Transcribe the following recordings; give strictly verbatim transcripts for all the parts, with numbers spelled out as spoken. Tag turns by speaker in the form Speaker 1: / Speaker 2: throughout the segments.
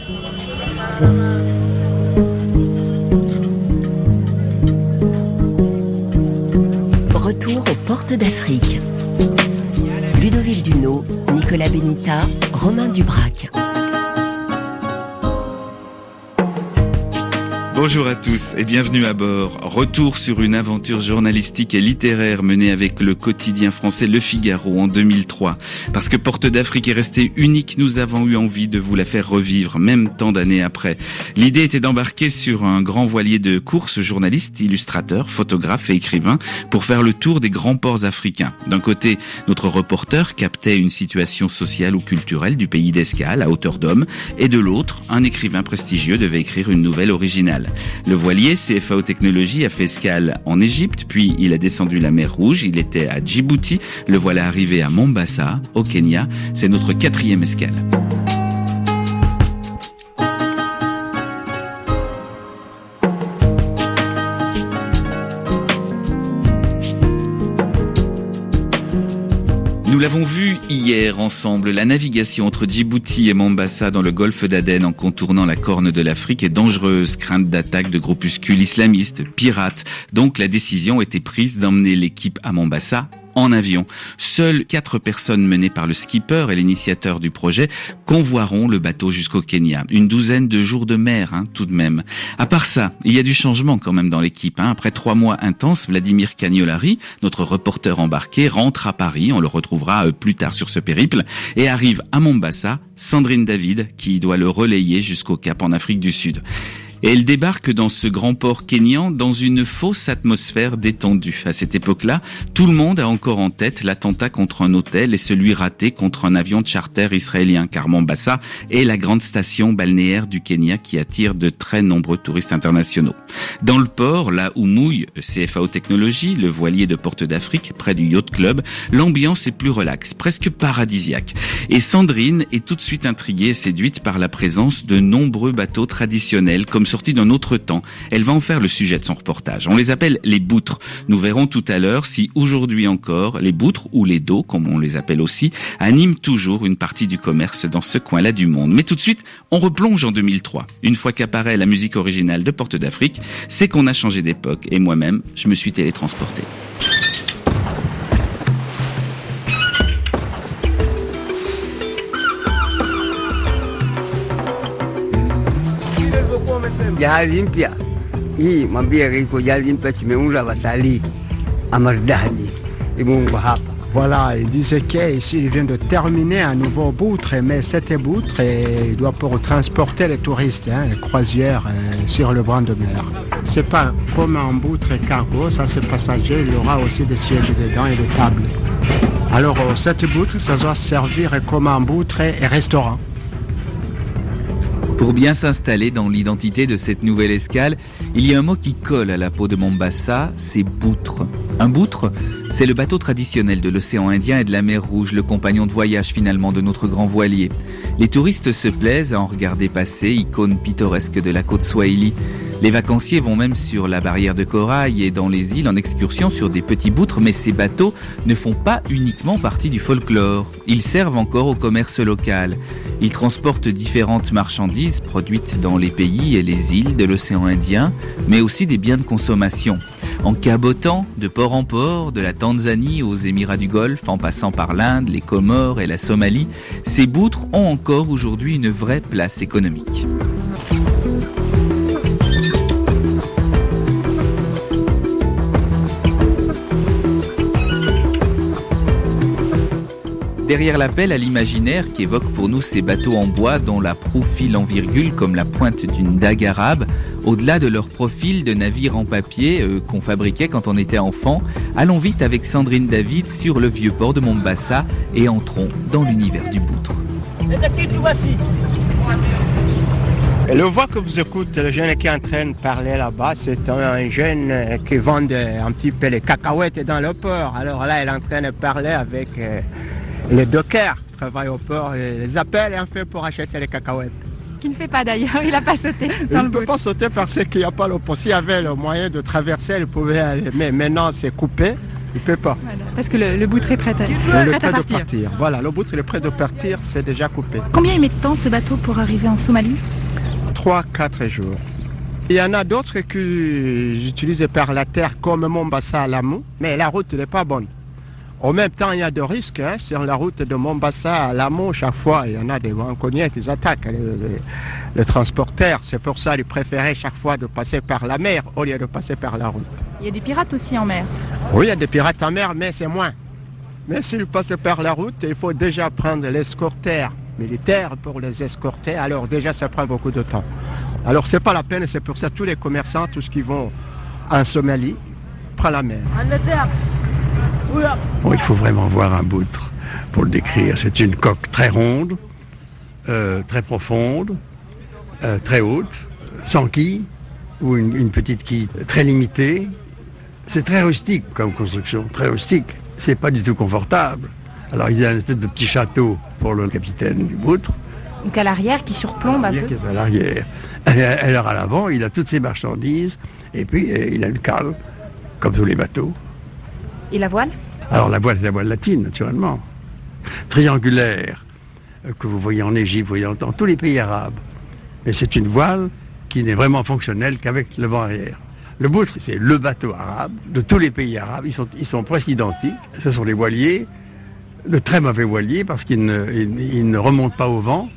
Speaker 1: Retour aux portes d'Afrique. Ludovic Duno, Nicolas Benita, Romain Dubrac.
Speaker 2: Bonjour à tous et bienvenue à bord. Retour sur une aventure journalistique et littéraire menée avec le quotidien français Le Figaro en deux mille trois. Parce que Portes d'Afrique est restée unique, nous avons eu envie de vous la faire revivre, même tant d'années après. L'idée était d'embarquer sur un grand voilier de course, journaliste, illustrateur, photographe et écrivain, pour faire le tour des grands ports africains. D'un côté, notre reporter captait une situation sociale ou culturelle du pays d'escale à hauteur d'homme, et de l'autre, un écrivain prestigieux devait écrire une nouvelle originale. Le voilier C F A O Technologies a fait escale en Égypte, puis il a descendu la mer Rouge, il était à Djibouti, le voilà arrivé à Mombasa, au Kenya. C'est notre quatrième escale. Nous l'avons vu hier ensemble, la navigation entre Djibouti et Mombasa dans le golfe d'Aden en contournant la corne de l'Afrique est dangereuse, crainte d'attaque de groupuscules islamistes, pirates. Donc la décision était prise d'emmener l'équipe à Mombasa en avion. Seules quatre personnes menées par le skipper et l'initiateur du projet convoieront le bateau jusqu'au Kenya. Une douzaine de jours de mer, hein, tout de même. À part ça, il y a du changement quand même dans l'équipe. Hein. Après trois mois intenses, Vladimir Cagnolari, notre reporter embarqué, rentre à Paris. On le retrouvera plus tard sur ce périple. Et arrive à Mombasa, Sandrine David, qui doit le relayer jusqu'au Cap en Afrique du Sud. Et elle débarque dans ce grand port kényan dans une fausse atmosphère détendue. À cette époque-là, tout le monde a encore en tête l'attentat contre un hôtel et celui raté contre un avion de charter israélien, car Mombasa est la grande station balnéaire du Kenya qui attire de très nombreux touristes internationaux. Dans le port, là où mouille C F A O Technologies, le voilier de Portes d'Afrique, près du Yacht Club, l'ambiance est plus relaxe, presque paradisiaque. Et Sandrine est tout de suite intriguée et séduite par la présence de nombreux bateaux traditionnels, comme sortis d'un autre temps. Elle va en faire le sujet de son reportage. On les appelle les boutres. Nous verrons tout à l'heure si aujourd'hui encore, les boutres, ou les dos, comme on les appelle aussi, animent toujours une partie du commerce dans ce coin-là du monde. Mais tout de suite, on replonge en deux mille trois. Une fois qu'apparaît la musique originale de Portes d'Afrique, c'est qu'on a changé d'époque. Et moi-même, je me suis télétransporté.
Speaker 3: Jahazi mpya hii, mwambie iko jahazi mpya tumeunda watalii Amardani imeungwa hapa.
Speaker 4: Voilà, il disait qu'ici il vient de terminer un nouveau boutre, mais cette boutre il doit pour transporter les touristes, hein, les croisières euh, sur le bord de mer. C'est pas comme un boutre cargo, ça c'est passager, il y aura aussi des sièges dedans et des tables. Alors cette boutre, ça doit servir comme un boutre et restaurant.
Speaker 2: Pour bien s'installer dans l'identité de cette nouvelle escale, il y a un mot qui colle à la peau de Mombasa, c'est boutre. Un boutre, c'est le bateau traditionnel de l'océan Indien et de la mer Rouge, le compagnon de voyage finalement de notre grand voilier. Les touristes se plaisent à en regarder passer, icône pittoresque de la côte Swahili. Les vacanciers vont même sur la barrière de corail et dans les îles en excursion sur des petits boutres, mais ces bateaux ne font pas uniquement partie du folklore. Ils servent encore au commerce local. Ils transportent différentes marchandises produites dans les pays et les îles de l'océan Indien, mais aussi des biens de consommation. En cabotant de port en port, de la Tanzanie aux Émirats du Golfe, en passant par l'Inde, les Comores et la Somalie, ces boutres ont encore aujourd'hui une vraie place économique. Derrière l'appel à l'imaginaire qui évoque pour nous ces bateaux en bois dont la proue file en virgule comme la pointe d'une dague arabe, au-delà de leur profil de navire en papier euh, qu'on fabriquait quand on était enfant, allons vite avec Sandrine David sur le vieux port de Mombasa et entrons dans l'univers du boutre.
Speaker 4: Et le voix que vous écoutez, le jeune qui est en train de parler là-bas, c'est un jeune qui vend un petit peu les cacahuètes dans le port. Alors là, il est en train de parler avec euh, les dockers qui travaillent au port, et les appelle et en fait pour acheter les cacahuètes.
Speaker 5: Qui ne fait pas d'ailleurs, il n'a pas sauté dans
Speaker 4: il
Speaker 5: le
Speaker 4: ne peut
Speaker 5: bout.
Speaker 4: pas sauter parce qu'il n'y a pas le pont. S'il y avait le moyen de traverser, il pouvait aller. Mais maintenant, c'est coupé, il ne peut pas.
Speaker 5: Voilà, parce que le, le boutre est prêt à,
Speaker 4: Il est
Speaker 5: prêt
Speaker 4: prêt
Speaker 5: à
Speaker 4: de
Speaker 5: partir.
Speaker 4: partir. Voilà, le boutre il est prêt de partir, c'est déjà coupé.
Speaker 5: Combien il met de temps ce bateau pour arriver en Somalie ?
Speaker 4: trois à quatre jours. Il y en a d'autres qui utilisent par la terre comme Mombasa à Lamu, mais la route n'est pas bonne. En même temps, il y a des risques hein, sur la route de Mombasa à Lamu. Chaque fois, il y en a des Mancuniens qui attaquent les, les, les transporteurs. C'est pour ça qu'ils préféraient chaque fois de passer par la mer au lieu de passer par la route.
Speaker 5: Il y a des pirates aussi en mer.
Speaker 4: Oui, il y a des pirates en mer, mais c'est moins. Mais s'ils passent par la route, il faut déjà prendre l'escorteur militaire pour les escorter. Alors déjà, ça prend beaucoup de temps. Alors, c'est pas la peine. C'est pour ça que tous les commerçants, tous ceux qui vont en Somalie, prennent la mer.
Speaker 6: Bon, il faut vraiment voir un boutre pour le décrire. C'est une coque très ronde, euh, très profonde, euh, très haute, sans quille, ou une, une petite quille très limitée. C'est très rustique comme construction, très rustique. C'est pas du tout confortable. Alors il y a une espèce de petit château pour le capitaine du boutre.
Speaker 5: Donc à l'arrière qui surplombe un peu.
Speaker 6: Qui est à l'arrière. Alors à l'avant, il a toutes ses marchandises et puis il a une cale, comme tous les bateaux.
Speaker 5: Et la voile?
Speaker 6: Alors la voile, c'est la voile latine, naturellement. Triangulaire, que vous voyez en Égypte, vous voyez dans tous les pays arabes. Mais c'est une voile qui n'est vraiment fonctionnelle qu'avec le vent arrière. Le boutre, c'est le bateau arabe de tous les pays arabes. Ils sont, ils sont presque identiques. Ce sont les voiliers, de très mauvais voiliers, parce qu'ils ne, ils, ils ne remontent pas au vent.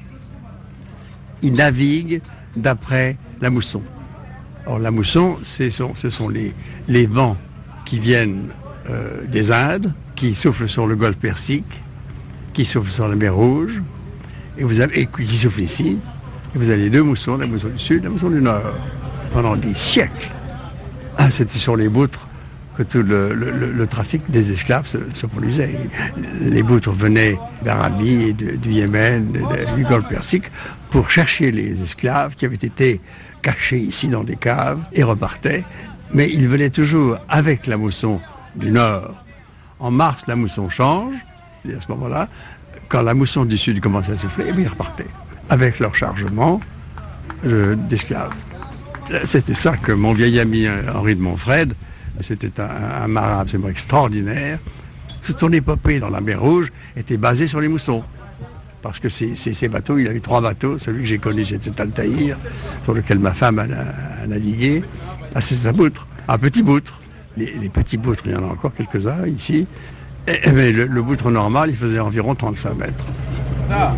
Speaker 6: Ils naviguent d'après la mousson. Or, la mousson, ce sont, ce sont les, les vents qui viennent euh, des Indes, qui soufflent sur le golfe Persique, qui soufflent sur la mer Rouge, et, vous avez, et qui soufflent ici. Et vous avez deux moussons, la mousson du Sud, la mousson du Nord. Pendant des siècles, ah, c'était sur les boutres que tout le, le, le trafic des esclaves se, se produisait. Les boutres venaient d'Arabie, de, du Yémen, de, de, du golfe Persique, pour chercher les esclaves qui avaient été cachés ici dans des caves et repartaient. Mais ils venaient toujours avec la mousson du Nord. En mars, la mousson change, et à ce moment-là, quand la mousson du Sud commençait à souffler, eh bien, ils repartaient avec leur chargement euh, d'esclaves. C'était ça que mon vieil ami Henri de Montfred, c'était un, un marin absolument extraordinaire. Toute son épopée dans la mer Rouge était basée sur les moussons. Parce que ces, ces, ces bateaux, il a eu trois bateaux. Celui que j'ai connu, c'était Altaïr, sur lequel ma femme a, a, a navigué. Ah, c'est un boutre, un petit boutre. Les, les petits boutres, il y en a encore quelques-uns ici. Et, et mais le, le boutre normal, il faisait environ trente-cinq mètres. Ça.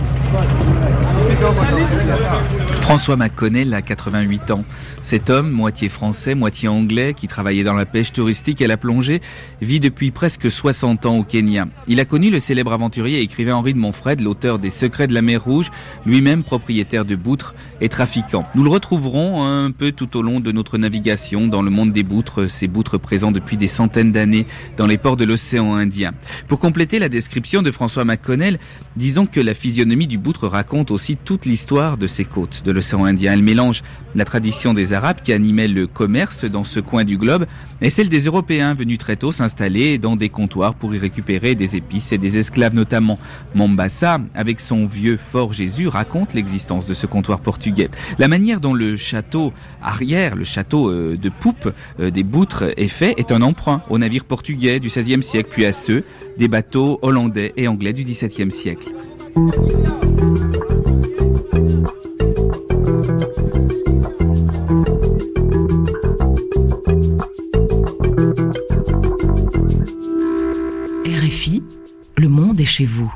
Speaker 2: François McConnell a quatre-vingt-huit ans. Cet homme, moitié français, moitié anglais, qui travaillait dans la pêche touristique et la plongée, vit depuis presque soixante ans au Kenya. Il a connu le célèbre aventurier et écrivain Henri de Montfred, l'auteur des Secrets de la mer Rouge, lui-même propriétaire de boutres et trafiquant. Nous le retrouverons un peu tout au long de notre navigation dans le monde des boutres, ces boutres présents depuis des centaines d'années dans les ports de l'océan Indien. Pour compléter la description de François McConnell, disons que la physionomie du boutre raconte aussi toute l'histoire de ces côtes de l'océan Indien. Elle mélange la tradition des Arabes qui animaient le commerce dans ce coin du globe et celle des Européens venus très tôt s'installer dans des comptoirs pour y récupérer des épices et des esclaves notamment. Mombasa, avec son vieux fort Jésus, raconte l'existence de ce comptoir portugais. La manière dont le château arrière, le château de poupe des boutres est fait est un emprunt aux navires portugais du seizième siècle, puis à ceux des bateaux hollandais et anglais du dix-septième siècle.
Speaker 1: R F I, le monde est chez vous.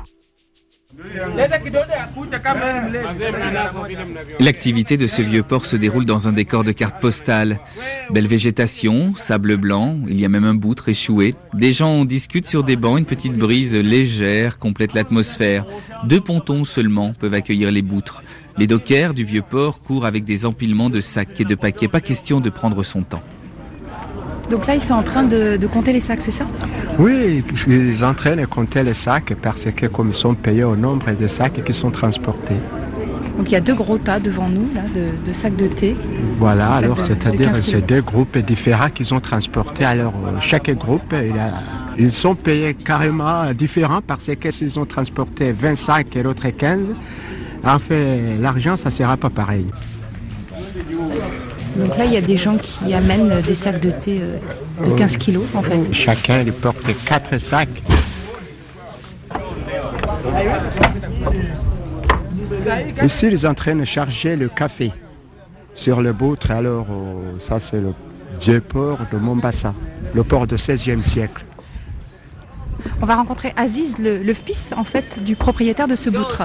Speaker 2: L'activité de ce vieux port se déroule dans un décor de carte postale. Belle végétation, sable blanc, il y a même un boutre échoué. Des gens discutent sur des bancs, une petite brise légère complète l'atmosphère. Deux pontons seulement peuvent accueillir les boutres. Les dockers du vieux port courent avec des empilements de sacs et de paquets. Pas question de prendre son temps.
Speaker 5: Donc là, ils sont en train de, de compter les sacs, c'est ça?
Speaker 4: Oui, ils sont en train de compter les sacs parce que comme ils sont payés au nombre de sacs qui sont transportés.
Speaker 5: Donc il y a deux gros tas devant nous, là, de, de sacs de thé.
Speaker 4: Voilà, alors c'est-à-dire que c'est deux groupes différents qu'ils ont transportés. Alors chaque groupe, il a, ils sont payés carrément différents parce que s'ils ont transporté vingt sacs et l'autre quinze, en fait, l'argent, ça ne sera pas pareil.
Speaker 5: Donc là, il y a des gens qui amènent des sacs de thé de quinze kilos, en fait.
Speaker 4: Chacun, il porte quatre sacs. Ici, ils sont en train de charger le café. sur le Boutre. Alors, euh, ça, c'est le vieux port de Mombasa, le port du seizième siècle.
Speaker 5: On va rencontrer Aziz, le, le fils en fait du propriétaire de ce Boutre.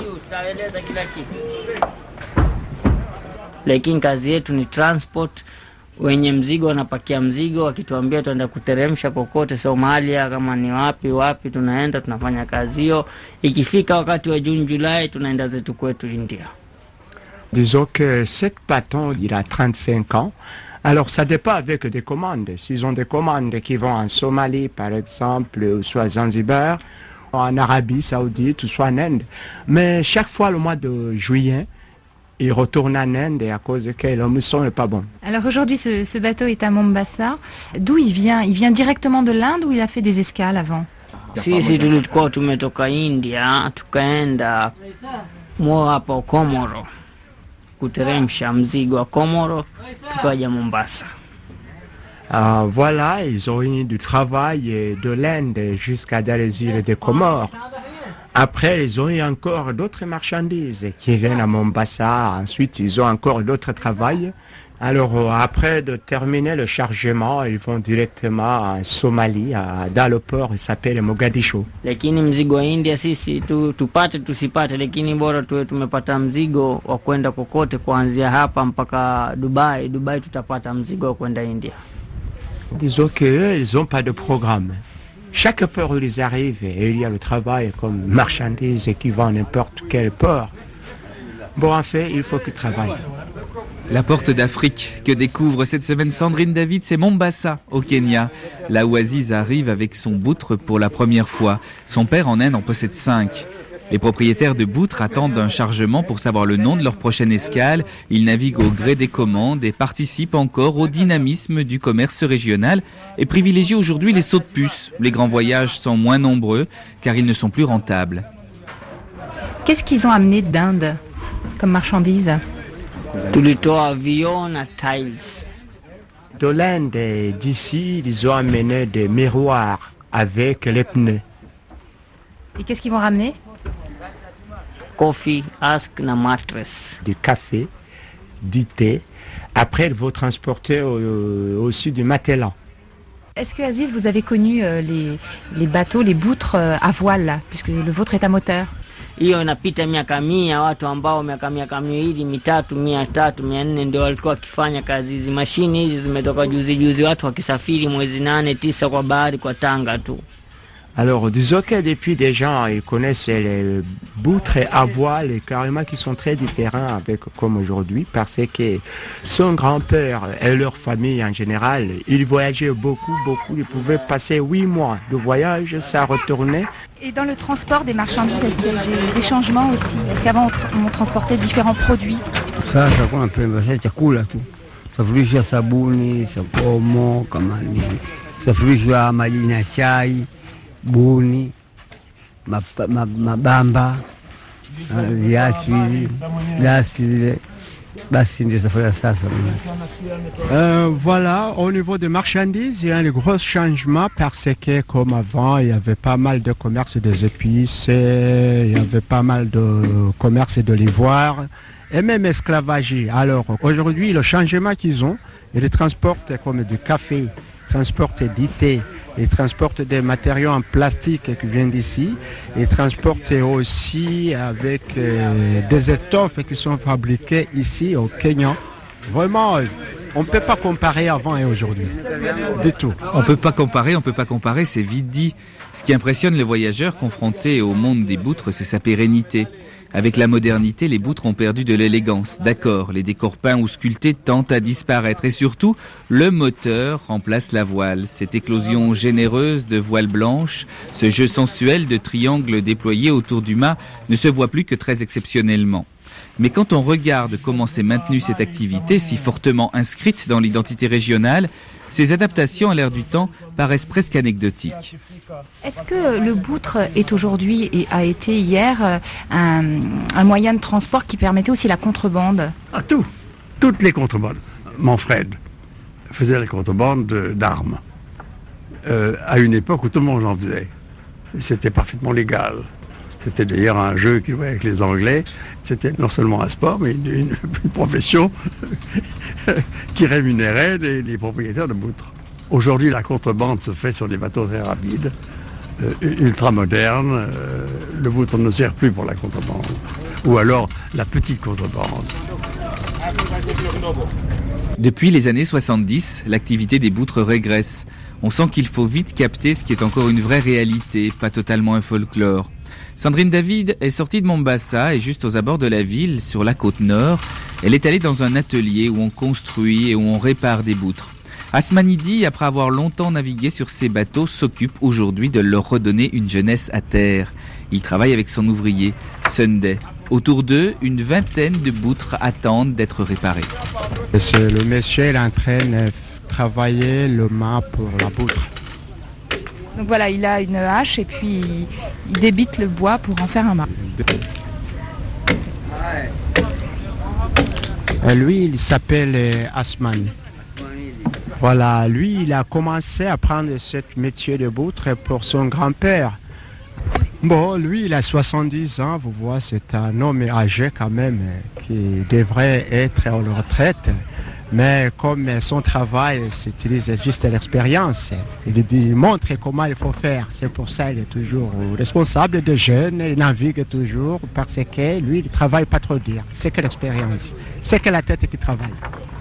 Speaker 7: Lakini kazi yetu ni transport, wenye mzigo wanapakia mzigo, wakituambia tuenda kuteremsha kokote Somalia, kama ni wapi wapi tunaenda, tunafanya kazi hiyo. Ikifika wakati wa June July tunaenda zetu kwetu India.
Speaker 4: Disons que cet bâton, il a trente-cinq ans. Alors, ça dépend avec des commandes. S'ils ont des commandes qui vont en Somalie, par exemple, ou soit à Zanzibar, en Arabie Saoudite, ou soit en Inde. Mais chaque fois, le mois de juillet, ils retournent en Inde et à cause de quel le mousson n'est pas bon.
Speaker 5: Alors aujourd'hui, ce, ce bateau est à Mombasa. D'où il vient? Il vient directement de l'Inde ou il a fait des escales avant?
Speaker 7: Sisi tulikuwa tumetoka India, tukaenda mo hapa Komoro, kuteremsha mzigo wa Komoro, tukaja Mombasa.
Speaker 4: Euh, voilà, ils ont eu du travail de l'Inde jusqu'à dans les îles des Comores. Après, ils ont eu encore d'autres marchandises qui viennent à Mombasa. Ensuite, ils ont encore d'autres travail. Alors, euh, après de terminer le chargement, ils vont directement en Somalie, à, dans le port, il s'appelle Mogadishu.
Speaker 7: Lakini mzigo wa India sisi tu, tupate tusipate, lakini bora tuwe tumepata mzigo wa kwenda kokote kuanzia hapa mpaka Dubai. Dubai tutapata mzigo wa kwenda India.
Speaker 4: Disons qu'eux, ils n'ont pas de programme. Chaque port où ils arrivent, et il y a le travail comme marchandises qui vont à n'importe quel port. Bon, en fait, il faut qu'ils travaillent.
Speaker 2: La porte d'Afrique que découvre cette semaine Sandrine David, c'est Mombasa, au Kenya. Là où Aziz arrive avec son Boutre pour la première fois. Son père en Inde en possède cinq. Les propriétaires de Boutre attendent un chargement pour savoir le nom de leur prochaine escale. Ils naviguent au gré des commandes et participent encore au dynamisme du commerce régional et privilégient aujourd'hui les sauts de puce. Les grands voyages sont moins nombreux car ils ne sont plus rentables.
Speaker 5: Qu'est-ce qu'ils ont amené d'Inde comme marchandises?
Speaker 7: Tulitoa vioo na tiles.
Speaker 4: De l'Inde et d'ici, ils ont amené des miroirs avec les pneus.
Speaker 5: Et qu'est-ce qu'ils vont ramener?
Speaker 7: Coffee, ask na mattress.
Speaker 4: Du café, du thé. Après, ils vont transporter au, aussi du matelas.
Speaker 5: Est-ce que Aziz, vous avez connu euh, les, les bateaux, les boutres euh, à voile, là, puisque le vôtre est à moteur?
Speaker 7: Hiyo inapita miaka mia, watu ambao miaka miaka miwili mitatu mia tatu mia nne ndio walikuwa wakifanya kazi hizi. Mashini hizi zimetoka juzi juzi, watu wakisafiri mwezi nane tisa kwa bahari kwa tanga tu.
Speaker 4: Alors, disons que depuis des gens, ils connaissent les boutres à voile et carrément qui sont très différents avec comme aujourd'hui parce que son grand-père et leur famille en général, ils voyageaient beaucoup, beaucoup. Ils pouvaient passer huit mois de voyage, ça retournait.
Speaker 5: Et dans le transport des marchandises, est-ce qu'il y a des, des changements aussi? Est-ce qu'avant on, tra- on transportait différents produits?
Speaker 3: Sasa kuna pembea chakula tu, safurisha ya sabuni, sapomo, kama ni safurisha ya maji na chai, buni, map- ma- mabamba, viatu hivi, glasi zile, basi ndio safari sasa.
Speaker 4: Euh, voilà, au niveau des marchandises, il y a un gros changement parce que comme avant, il y avait pas mal de commerce des épices, il y avait pas mal de commerce de l'ivoire et même esclavage. Alors aujourd'hui, le changement qu'ils ont, ils transportent comme du café, ils transportent du thé, ils transportent des matériaux en plastique qui viennent d'ici, ils transportent aussi avec euh, des étoffes qui sont fabriquées ici au Kenya. Vraiment, on ne peut pas comparer avant et aujourd'hui, du tout.
Speaker 2: On ne peut pas comparer, on ne peut pas comparer, c'est vite dit. Ce qui impressionne les voyageurs confrontés au monde des boutres, c'est sa pérennité. Avec la modernité, les boutres ont perdu de l'élégance. D'accord, les décors peints ou sculptés tentent à disparaître. Et surtout, le moteur remplace la voile. Cette éclosion généreuse de voiles blanches, ce jeu sensuel de triangles déployés autour du mât ne se voit plus que très exceptionnellement. Mais quand on regarde comment s'est maintenue cette activité, si fortement inscrite dans l'identité régionale, ces adaptations à l'ère du temps paraissent presque anecdotiques.
Speaker 5: Est-ce que le Boutre est aujourd'hui et a été hier un, un moyen de transport qui permettait aussi la contrebande?
Speaker 6: Ah, tout. Toutes les contrebandes. Manfred faisait la contrebande de- d'armes euh, à une époque où tout le monde en faisait. C'était parfaitement légal. C'était d'ailleurs un jeu qui jouait avec les Anglais. C'était non seulement un sport, mais une, une, une profession qui rémunérait les, les propriétaires de boutres. Aujourd'hui, la contrebande se fait sur des bateaux très rapides, euh, ultra modernes. Euh, le boutre ne sert plus pour la contrebande. Ou alors la petite contrebande.
Speaker 2: Depuis les années soixante-dix, l'activité des boutres régresse. On sent qu'il faut vite capter ce qui est encore une vraie réalité, pas totalement un folklore. Sandrine David est sortie de Mombasa et juste aux abords de la ville, sur la côte nord, elle est allée dans un atelier où on construit et où on répare des boutres. Asmanidi, après avoir longtemps navigué sur ces bateaux, s'occupe aujourd'hui de leur redonner une jeunesse à terre. Il travaille avec son ouvrier, Sunday. Autour d'eux, une vingtaine de boutres attendent d'être réparées.
Speaker 4: C'est le monsieur, il est en train de travailler le mât pour la poutre.
Speaker 5: Donc voilà, il a une hache et puis il débite le bois pour en faire un mât.
Speaker 4: Et lui, il s'appelle Asman. Voilà, lui, il a commencé à prendre ce métier de poutre pour son grand-père. Bon, lui, il a soixante-dix ans, vous voyez, c'est un homme âgé quand même, qui devrait être en retraite. Mais comme son travail s'utilise juste l'expérience, il, il montre comment il faut faire. C'est pour ça qu'il est toujours responsable des jeunes, il navigue toujours parce que lui, il ne travaille pas trop dur. C'est que l'expérience, c'est que la tête qui travaille.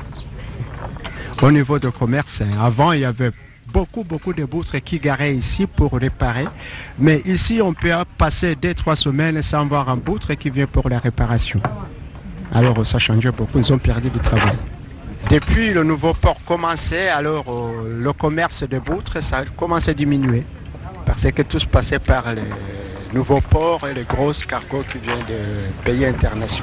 Speaker 4: Au niveau du commerce, avant, il y avait beaucoup, beaucoup de boutres qui garaient ici pour réparer. Mais ici, on peut passer deux, trois semaines sans voir un boutre qui vient pour la réparation. Alors, ça changeait beaucoup, ils ont perdu du travail. Depuis le nouveau port commençait, alors euh, le commerce de boutres, ça commence à diminuer. Parce que tout se passait par les nouveaux ports et les grosses cargos qui viennent de pays internationaux.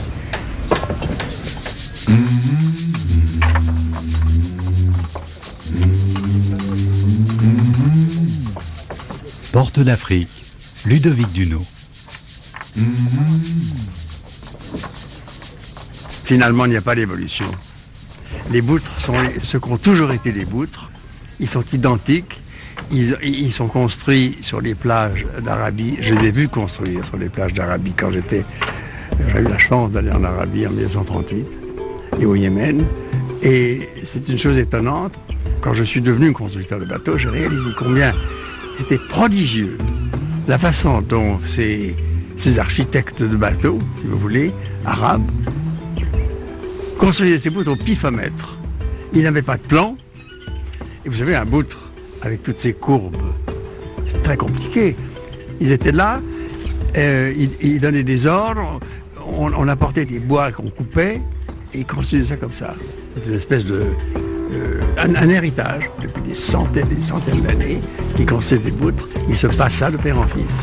Speaker 8: Porte d'Afrique, Ludovic Duno.
Speaker 6: Finalement, il n'y a pas d'évolution. Les boutres sont ce qu'ont toujours été les boutres. Ils sont identiques. Ils, ils sont construits sur les plages d'Arabie. Je les ai vus construire sur les plages d'Arabie quand j'étais. J'ai eu la chance d'aller en Arabie en mille neuf cent trente-huit et au Yémen. Et c'est une chose étonnante. Quand je suis devenu constructeur de bateaux, j'ai réalisé combien c'était prodigieux la façon dont ces, ces architectes de bateaux, si vous voulez, arabes, construisaient ces boutres au pifomètre. Ils n'avaient pas de plan. Et vous savez, un boutre avec toutes ces courbes, c'est très compliqué. Ils étaient là, euh, ils, ils donnaient des ordres, on, on apportait des bois qu'on coupait et ils construisaient ça comme ça. C'est une espèce de... Euh, un, un héritage depuis des centaines et des centaines d'années qui construisait des boutres. Il se passe ça de père en fils.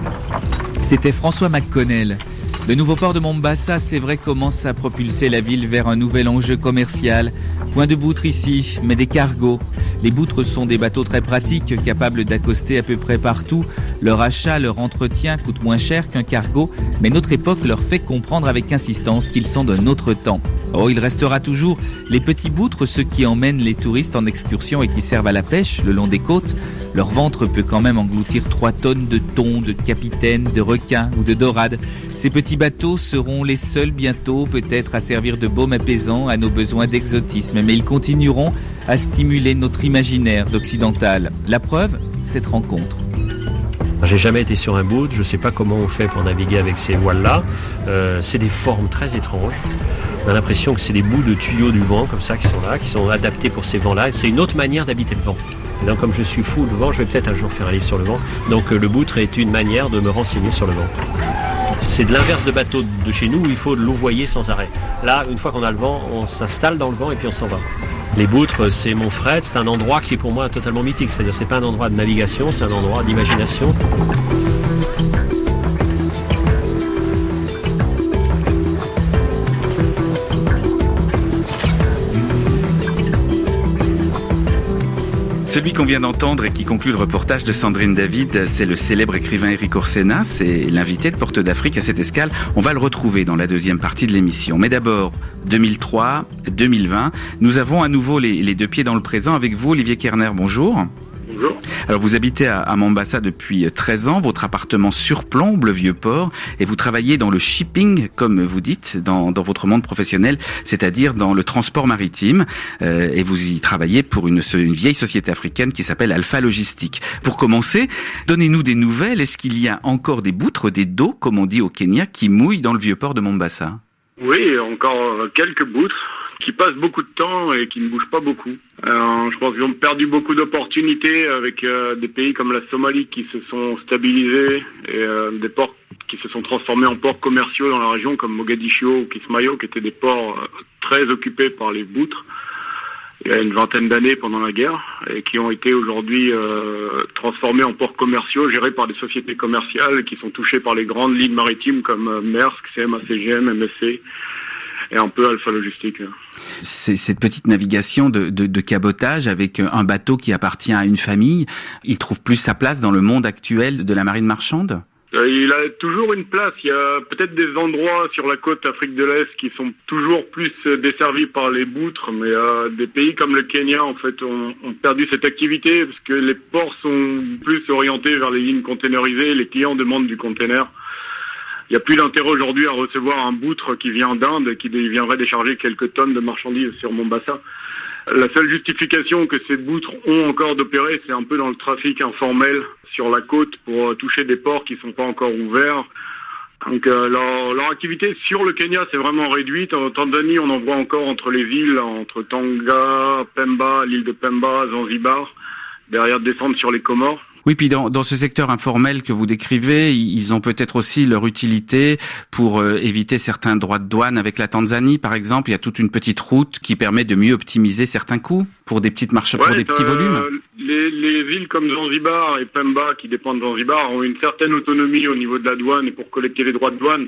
Speaker 2: C'était François McConnell. Le nouveau port de Mombasa, c'est vrai, commence à propulser la ville vers un nouvel enjeu commercial. Point de boutre ici, mais des cargos. Les boutres sont des bateaux très pratiques, capables d'accoster à peu près partout. Leur achat, leur entretien coûte moins cher qu'un cargo, mais notre époque leur fait comprendre avec insistance qu'ils sont d'un autre temps. Oh, il restera toujours les petits boutres, ceux qui emmènent les touristes en excursion et qui servent à la pêche le long des côtes. Leur ventre peut quand même engloutir trois tonnes de thon, de capitaine, de requins ou de dorades. Ces petits bateaux seront les seuls bientôt peut-être à servir de baume apaisant à nos besoins d'exotisme, mais ils continueront à stimuler notre imaginaire d'occidental. La preuve, cette rencontre.
Speaker 9: J'ai jamais été sur un boat, je ne sais pas comment on fait pour naviguer avec ces voiles-là. Euh, c'est des formes très étranges. On a l'impression que c'est des bouts de tuyaux du vent comme ça qui sont là, qui sont adaptés pour ces vents-là. C'est une autre manière d'habiter le vent. Et donc comme je suis fou de vent, je vais peut-être un jour faire un livre sur le vent. Donc euh, le boutre est une manière de me renseigner sur le vent. C'est de l'inverse de bateau de chez nous où il faut louvoyer sans arrêt. Là, une fois qu'on a le vent, on s'installe dans le vent et puis on s'en va. Les boutres, c'est mon fret, c'est un endroit qui est pour moi totalement mythique. C'est-à-dire c'est pas un endroit de navigation, c'est un endroit d'imagination.
Speaker 2: Celui qu'on vient d'entendre et qui conclut le reportage de Sandrine David, c'est le célèbre écrivain Éric Orsena. C'est l'invité de Porte d'Afrique à cette escale. On va le retrouver dans la deuxième partie de l'émission. Mais d'abord, deux mille trois, deux mille vingt, nous avons à nouveau les, les deux pieds dans le présent avec vous, Olivier Kerner. Bonjour.
Speaker 10: Bonjour.
Speaker 2: Alors vous habitez à, à Mombasa depuis treize ans, votre appartement surplombe le Vieux-Port et vous travaillez dans le shipping, comme vous dites, dans, dans votre monde professionnel, c'est-à-dire dans le transport maritime. Euh, et vous y travaillez pour une, une vieille société africaine qui s'appelle Alpha Logistique. Pour commencer, donnez-nous des nouvelles. Est-ce qu'il y a encore des boutres, des dos, comme on dit au Kenya, qui mouillent dans le Vieux-Port de Mombasa?
Speaker 10: Oui, encore quelques boutres qui passent beaucoup de temps et qui ne bougent pas beaucoup. Euh, je pense qu'ils ont perdu beaucoup d'opportunités avec euh, des pays comme la Somalie qui se sont stabilisés et euh, des ports qui se sont transformés en ports commerciaux dans la région comme Mogadiscio ou Kismayo, qui étaient des ports euh, très occupés par les boutres il y a une vingtaine d'années pendant la guerre et qui ont été aujourd'hui euh, transformés en ports commerciaux gérés par des sociétés commerciales qui sont touchées par les grandes lignes maritimes comme euh, Maersk, C M A C G M, M S C et un peu Alpha Logistique.
Speaker 2: C'est cette petite navigation de, de, de cabotage avec un bateau qui appartient à une famille, il trouve plus sa place dans le monde actuel de la marine marchande?
Speaker 10: Il a toujours une place. Il y a peut-être des endroits sur la côte Afrique de l'Est qui sont toujours plus desservis par les boutres, mais euh, des pays comme le Kenya, en fait, ont, ont perdu cette activité parce que les ports sont plus orientés vers les lignes containerisées. Les clients demandent du container. Il n'y a plus d'intérêt aujourd'hui à recevoir un boutre qui vient d'Inde et qui viendrait décharger quelques tonnes de marchandises sur Mombasa. La seule justification que ces boutres ont encore d'opérer, c'est un peu dans le trafic informel sur la côte pour toucher des ports qui ne sont pas encore ouverts. Donc euh, leur, leur activité sur le Kenya, c'est vraiment réduite. En Tanzanie, on en voit encore entre les îles, entre Tanga, Pemba, l'île de Pemba, Zanzibar, derrière descendre sur les Comores.
Speaker 2: Oui, puis dans, dans ce secteur informel que vous décrivez, ils ont peut-être aussi leur utilité pour euh, éviter certains droits de douane avec la Tanzanie, par exemple. Il y a toute une petite route qui permet de mieux optimiser certains coûts pour des petites marches, ouais, pour des petits euh, volumes.
Speaker 10: Les, les villes comme Zanzibar et Pemba, qui dépendent de Zanzibar, ont une certaine autonomie au niveau de la douane et pour collecter les droits de douane.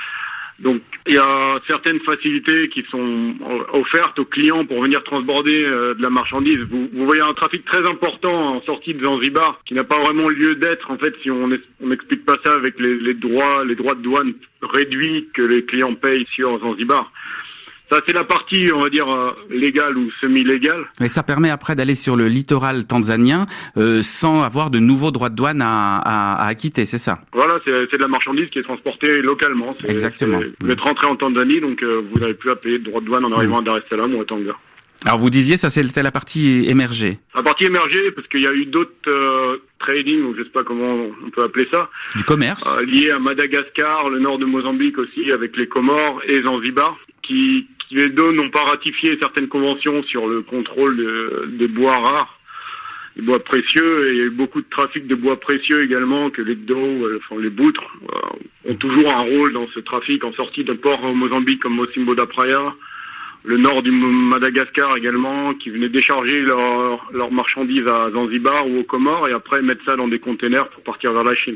Speaker 10: Donc, il y a certaines facilités qui sont offertes aux clients pour venir transborder euh, de la marchandise. Vous, vous voyez un trafic très important en sortie de Zanzibar qui n'a pas vraiment lieu d'être, en fait, si on n'explique pas ça avec les, les droits, les droits de douane réduits que les clients payent sur Zanzibar. Ça, c'est la partie, on va dire, euh, légale ou semi-légale.
Speaker 2: Mais ça permet après d'aller sur le littoral tanzanien euh, sans avoir de nouveaux droits de douane à, à, à acquitter, c'est ça?
Speaker 10: Voilà, c'est, c'est de la marchandise qui est transportée localement. C'est,
Speaker 2: Exactement.
Speaker 10: C'est, vous êtes rentré en Tanzanie, donc euh, vous n'avez plus à payer de droits de douane en arrivant mmh. à Dar es Salaam ou à Tanga.
Speaker 2: Alors vous disiez, ça c'était la partie émergée.
Speaker 10: La partie émergée, parce qu'il y a eu d'autres euh, trading, ou je sais pas comment on peut appeler ça.
Speaker 2: Du commerce.
Speaker 10: Euh, lié à Madagascar, le nord de Mozambique aussi, avec les Comores et Zanzibar, qui, qui les deux n'ont pas ratifié certaines conventions sur le contrôle de, des bois rares, des bois précieux, et il y a eu beaucoup de trafic de bois précieux également, que les dos, euh, enfin les boutres, euh, ont toujours un rôle dans ce trafic en sortie d'un port au Mozambique comme Mocimboa da Praia. Le nord du Madagascar également, qui venaient décharger leurs leur marchandises à Zanzibar ou aux Comores et après mettre ça dans des containers pour partir vers la Chine.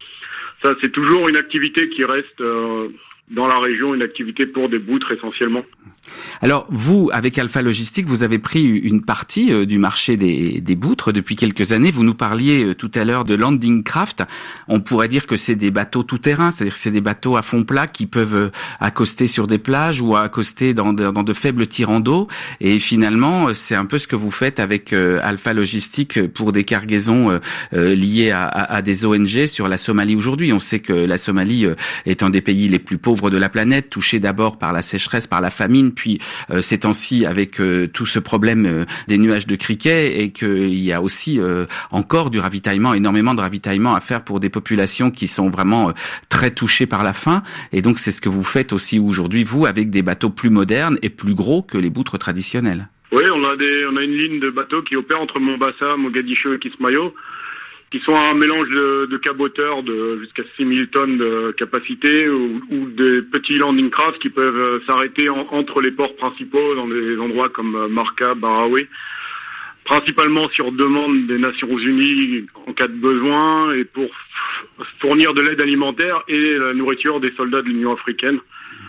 Speaker 10: Ça, c'est toujours une activité qui reste euh, dans la région, une activité pour des boutres essentiellement.
Speaker 2: Alors, vous, avec Alpha Logistique, vous avez pris une partie euh, du marché des, des boutres depuis quelques années. Vous nous parliez euh, tout à l'heure de landing craft. On pourrait dire que c'est des bateaux tout-terrain, c'est-à-dire que c'est des bateaux à fond plat qui peuvent euh, accoster sur des plages ou accoster dans de, dans de faibles tirants d'eau. Et finalement, c'est un peu ce que vous faites avec euh, Alpha Logistique pour des cargaisons euh, euh, liées à, à, à des O N G sur la Somalie aujourd'hui. On sait que la Somalie euh, est un des pays les plus pauvres de la planète, touché d'abord par la sécheresse, par la famine, puis euh, ces temps-ci avec euh, tout ce problème euh, des nuages de criquets, et qu'il y a aussi euh, encore du ravitaillement, énormément de ravitaillement à faire pour des populations qui sont vraiment euh, très touchées par la faim. Et donc c'est ce que vous faites aussi aujourd'hui, vous, avec des bateaux plus modernes et plus gros que les boutres traditionnelles.
Speaker 10: Oui, on a des, on a une ligne de bateaux qui opère entre Mombasa, Mogadiscio et Kismayo, qui sont un mélange de, de caboteurs de jusqu'à six mille tonnes de capacité ou, ou des petits landing craft qui peuvent s'arrêter en, entre les ports principaux dans des endroits comme Marca, Barawe, principalement sur demande des Nations Unies en cas de besoin et pour fournir de l'aide alimentaire et la nourriture des soldats de l'Union africaine.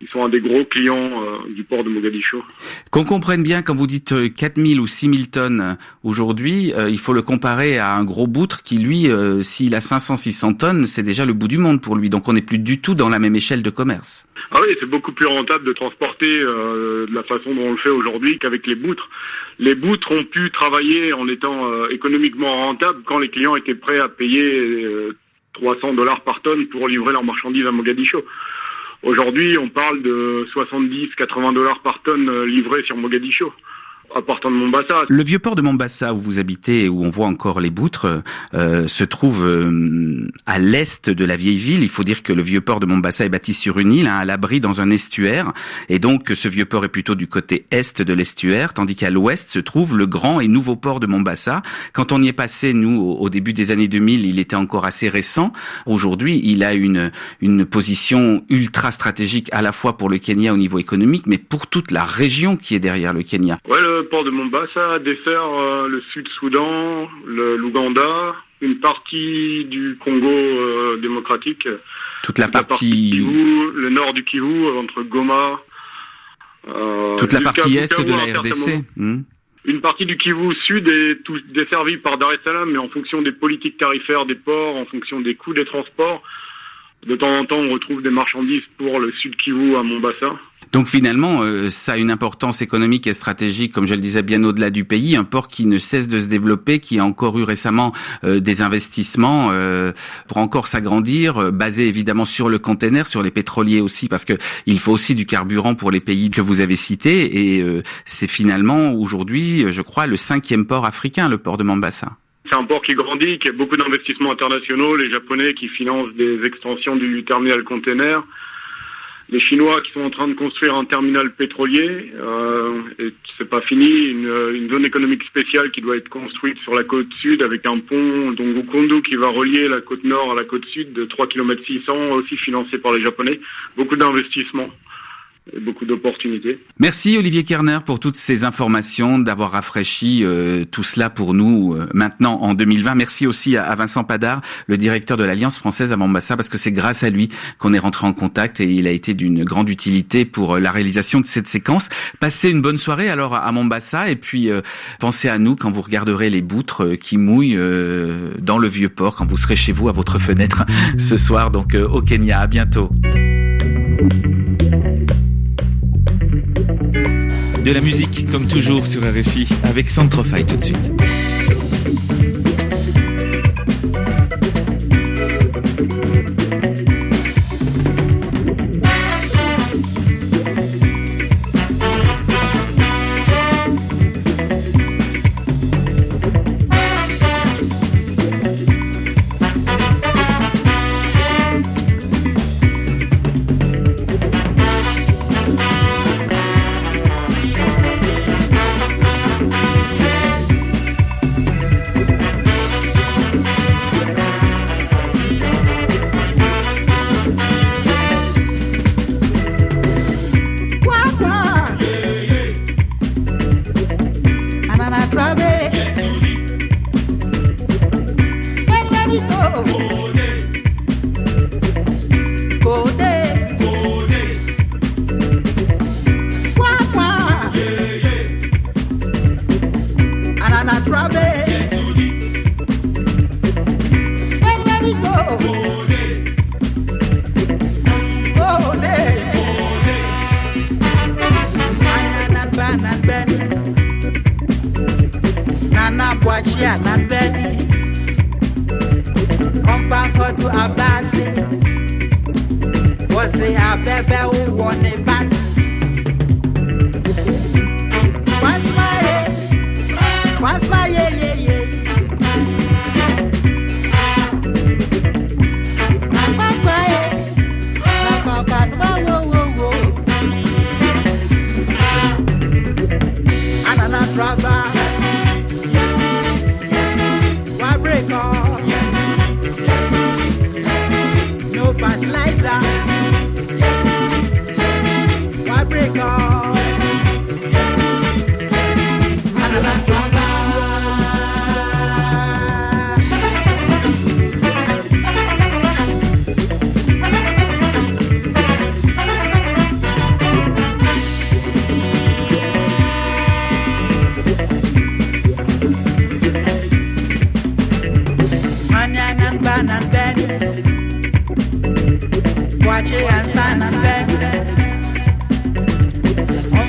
Speaker 10: Ils sont un des gros clients euh, du port de Mogadiscio.
Speaker 2: Qu'on comprenne bien, quand vous dites quatre mille ou six mille tonnes aujourd'hui, euh, il faut le comparer à un gros boutre qui, lui, euh, s'il a cinq cents six cents tonnes, c'est déjà le bout du monde pour lui. Donc on n'est plus du tout dans la même échelle de commerce.
Speaker 10: Ah oui, c'est beaucoup plus rentable de transporter euh, de la façon dont on le fait aujourd'hui qu'avec les boutres. Les boutres ont pu travailler en étant euh, économiquement rentables quand les clients étaient prêts à payer euh, trois cents dollars par tonne pour livrer leurs marchandises à Mogadiscio. Aujourd'hui, on parle de soixante-dix à quatre-vingts dollars par tonne livrée sur Mogadiscio, à partir de Mombasa.
Speaker 2: Le vieux port de Mombasa où vous habitez, où on voit encore les boutres, euh, se trouve euh, à l'est de la vieille ville. Il faut dire que le vieux port de Mombasa est bâti sur une île, hein, à l'abri dans un estuaire. Et donc, ce vieux port est plutôt du côté est de l'estuaire, tandis qu'à l'ouest se trouve le grand et nouveau port de Mombasa. Quand on y est passé, nous, au, au début des années deux mille, il était encore assez récent. Aujourd'hui, il a une, une position ultra stratégique à la fois pour le Kenya au niveau économique, mais pour toute la région qui est derrière le Kenya.
Speaker 10: Ouais, le port de Mombasa dessert euh, le Sud-Soudan, le, l'Ouganda, une partie du Congo euh, démocratique.
Speaker 2: Toute la
Speaker 10: toute
Speaker 2: partie...
Speaker 10: La partie Kivu, le nord du Kivu, entre Goma...
Speaker 2: Euh, toute la partie est de la R D C. Hmm.
Speaker 10: Une partie du Kivu Sud est tout desservie par Dar es Salaam, mais en fonction des politiques tarifaires des ports, en fonction des coûts des transports, de temps en temps on retrouve des marchandises pour le Sud Kivu à Mombasa.
Speaker 2: Donc finalement, euh, ça a une importance économique et stratégique, comme je le disais, bien au-delà du pays. Un port qui ne cesse de se développer, qui a encore eu récemment euh, des investissements euh, pour encore s'agrandir, euh, basé évidemment sur le container, sur les pétroliers aussi, parce que il faut aussi du carburant pour les pays que vous avez cités. Et euh, c'est finalement aujourd'hui, je crois, le cinquième port africain, le port de Mombasa.
Speaker 10: C'est un port qui grandit, qui a beaucoup d'investissements internationaux, les Japonais qui financent des extensions du terminal container. Les Chinois qui sont en train de construire un terminal pétrolier, euh, et c'est pas fini, une, une zone économique spéciale qui doit être construite sur la côte sud avec un pont Dongokundu qui va relier la côte nord à la côte sud de trois virgule six kilomètres, aussi financé par les Japonais. Beaucoup d'investissements. Et beaucoup d'opportunités.
Speaker 2: Merci Olivier Kerner pour toutes ces informations, d'avoir rafraîchi euh, tout cela pour nous euh, maintenant en deux mille vingt. Merci aussi à, à Vincent Padard, le directeur de l'Alliance française à Mombasa, parce que c'est grâce à lui qu'on est rentré en contact et il a été d'une grande utilité pour euh, la réalisation de cette séquence. Passez une bonne soirée alors à Mombasa et puis euh, pensez à nous quand vous regarderez les boutres euh, qui mouillent euh, dans le vieux port, quand vous serez chez vous à votre fenêtre ce soir donc euh, au Kenya. À bientôt. De la musique, comme toujours, sur R F I, avec Centrofy tout de suite.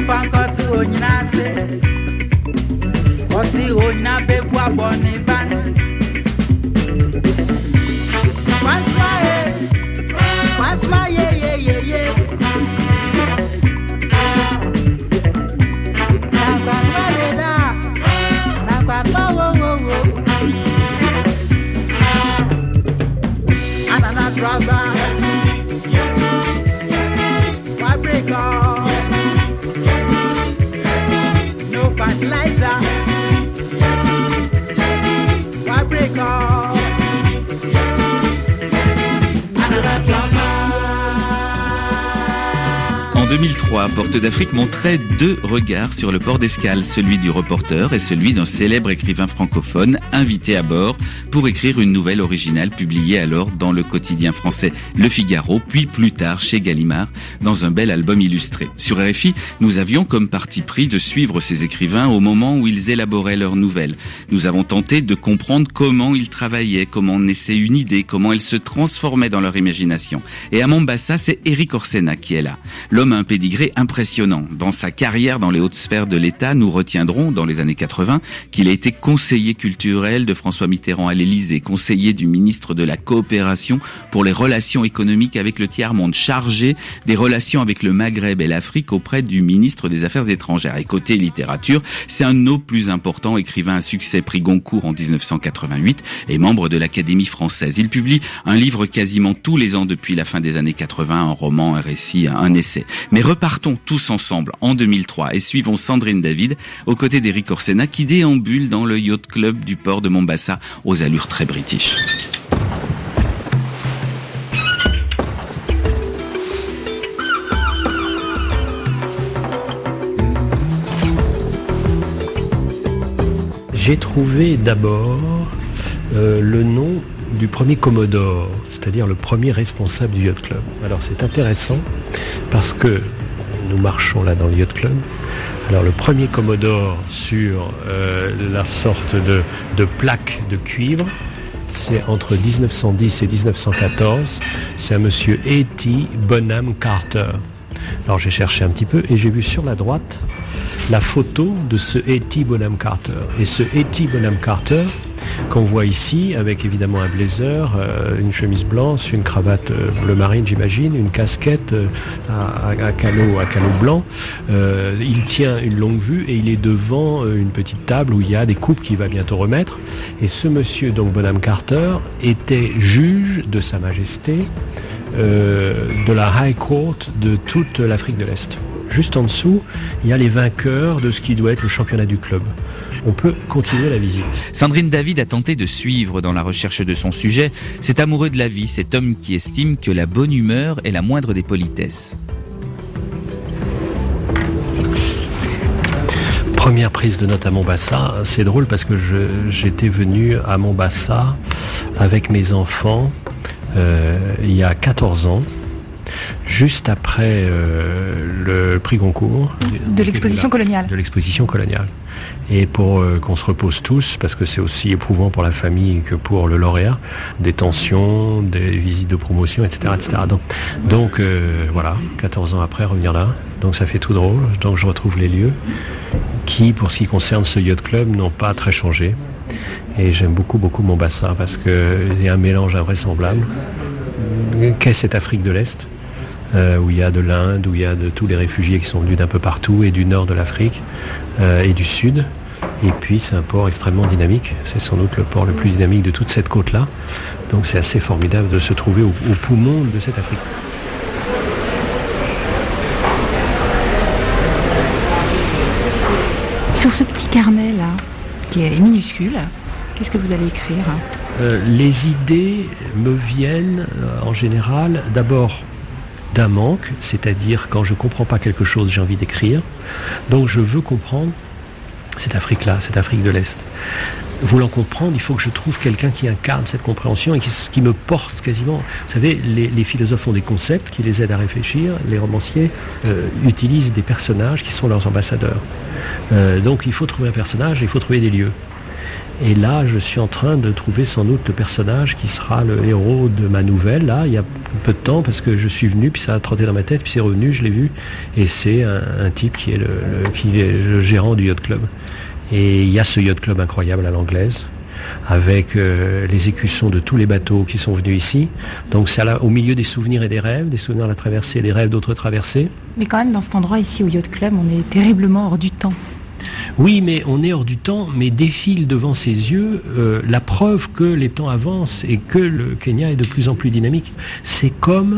Speaker 2: En deux mille trois, Portes d'Afrique montrait deux regards sur le port d'escale, celui du reporter et celui d'un célèbre écrivain francophone invité à bord pour écrire une nouvelle originale publiée alors dans le quotidien français Le Figaro, puis plus tard chez Gallimard dans un bel album illustré. Sur R F I, nous avions comme parti pris de suivre ces écrivains au moment où ils élaboraient leurs nouvelles. Nous avons tenté de comprendre comment ils travaillaient, comment naissait une idée, comment elle se transformait dans leur imagination. Et à Mombasa, c'est Erik Orsena qui est là. L'homme a un pédigré impressionnant. Dans sa carrière dans les hautes sphères de l'État, nous retiendrons, dans les années quatre-vingts, qu'il a été conseiller culturel de François Mitterrand à l'Élysée, conseiller du ministre de la Coopération pour les relations économiques avec le tiers-monde, chargé des relations avec le Maghreb et l'Afrique auprès du ministre des Affaires étrangères. Et côté littérature, c'est un de nos plus importants écrivains à succès, prix Goncourt en dix-neuf cent quatre-vingt-huit et membre de l'Académie française. Il publie un livre quasiment tous les ans depuis la fin des années quatre-vingts, un roman, un récit, un essai. Mais repartons tous ensemble en deux mille trois et suivons Sandrine David aux côtés d'Erik Orsena qui déambule dans le yacht club du port de Mombasa aux allures très british.
Speaker 9: J'ai trouvé d'abord euh, le nom du premier Commodore, c'est-à-dire le premier responsable du Yacht Club. Alors c'est intéressant parce que nous marchons là dans le Yacht Club. Alors le premier Commodore sur euh, la sorte de, de plaque de cuivre, c'est entre dix-neuf cent dix et dix-neuf cent quatorze, c'est un monsieur A T Bonham Carter. Alors j'ai cherché un petit peu et j'ai vu sur la droite la photo de ce A T Bonham Carter. Et ce A T Bonham Carter qu'on voit ici, avec évidemment un blazer, euh, une chemise blanche, une cravate euh, bleu marine j'imagine, une casquette euh, à, à, à canot, à canot blanc. Euh, il tient une longue vue et il est devant euh, une petite table où il y a des coupes qu'il va bientôt remettre. Et ce monsieur, donc Bonham Carter, était juge de Sa Majesté euh, de la High Court de toute l'Afrique de l'Est. Juste en dessous, il y a les vainqueurs de ce qui doit être le championnat du club. On peut continuer la visite.
Speaker 2: Sandrine David a tenté de suivre dans la recherche de son sujet cet amoureux de la vie, cet homme qui estime que la bonne humeur est la moindre des politesses.
Speaker 9: Première prise de note à Mombasa, c'est drôle parce que je, j'étais venu à Mombasa avec mes enfants euh, il y a quatorze ans. Juste après euh, le prix Goncourt
Speaker 5: de l'exposition coloniale.
Speaker 9: De l'exposition coloniale. Et pour euh, qu'on se repose tous, parce que c'est aussi éprouvant pour la famille que pour le lauréat, des tensions, des visites de promotion, et cetera, et cetera. Donc, donc euh, voilà, quatorze ans après, revenir là. Donc ça fait tout drôle. Donc je retrouve les lieux qui, pour ce qui concerne ce yacht club, n'ont pas très changé. Et j'aime beaucoup, beaucoup Mombasa parce qu'il y a un mélange invraisemblable. Qu'est cette Afrique de l'Est ? Euh, où il y a de l'Inde, où il y a de tous les réfugiés qui sont venus d'un peu partout, et du nord de l'Afrique, euh, et du sud. Et puis c'est un port extrêmement dynamique, c'est sans doute le port le plus dynamique de toute cette côte-là. Donc c'est assez formidable de se trouver au, au poumon de cette Afrique.
Speaker 5: Sur ce petit carnet-là, qui est minuscule, qu'est-ce que vous allez écrire ?
Speaker 9: euh, Les idées me viennent euh, en général d'abord d'un manque, c'est-à-dire quand je ne comprends pas quelque chose, j'ai envie d'écrire. Donc je veux comprendre cette Afrique-là, cette Afrique de l'Est. Voulant comprendre, il faut que je trouve quelqu'un qui incarne cette compréhension et qui, qui me porte quasiment. Vous savez, les, les philosophes ont des concepts qui les aident à réfléchir, les romanciers euh, utilisent des personnages qui sont leurs ambassadeurs. Euh, donc il faut trouver un personnage et il faut trouver des lieux. Et là, je suis en train de trouver sans doute le personnage qui sera le héros de ma nouvelle, là, il y a peu de temps, parce que je suis venu, puis ça a trotté dans ma tête, puis c'est revenu, je l'ai vu, et c'est un, un type qui est le, le, qui est le gérant du yacht club. Et il y a ce yacht club incroyable à l'anglaise, avec euh, les écussons de tous les bateaux qui sont venus ici. Donc c'est là, au milieu des souvenirs et des rêves, des souvenirs de la traversée, des rêves d'autres traversées.
Speaker 5: Mais quand même, dans cet endroit ici, au yacht club, on est terriblement hors du temps.
Speaker 9: Oui, mais on est hors du temps, mais défile devant ses yeux euh, la preuve que les temps avancent et que le Kenya est de plus en plus dynamique. C'est comme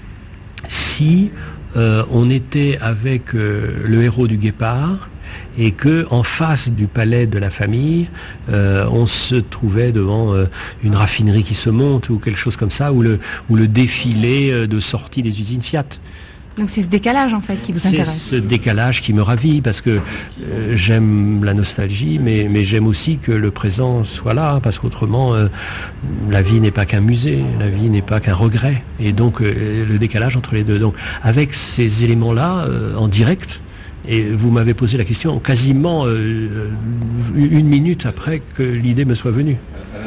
Speaker 9: si euh, on était avec euh, le héros du Guépard et que en face du palais de la famille, euh, on se trouvait devant euh, une raffinerie qui se monte ou quelque chose comme ça, ou le, ou le défilé de sortie des usines Fiat.
Speaker 5: Donc c'est ce décalage en fait qui vous intéresse.
Speaker 9: C'est ce décalage qui me ravit parce que euh, j'aime la nostalgie, mais, mais j'aime aussi que le présent soit là, parce qu'autrement euh, la vie n'est pas qu'un musée, la vie n'est pas qu'un regret. Et donc euh, le décalage entre les deux. Donc avec ces éléments-là euh, en direct, et vous m'avez posé la question quasiment euh, une minute après que l'idée me soit venue.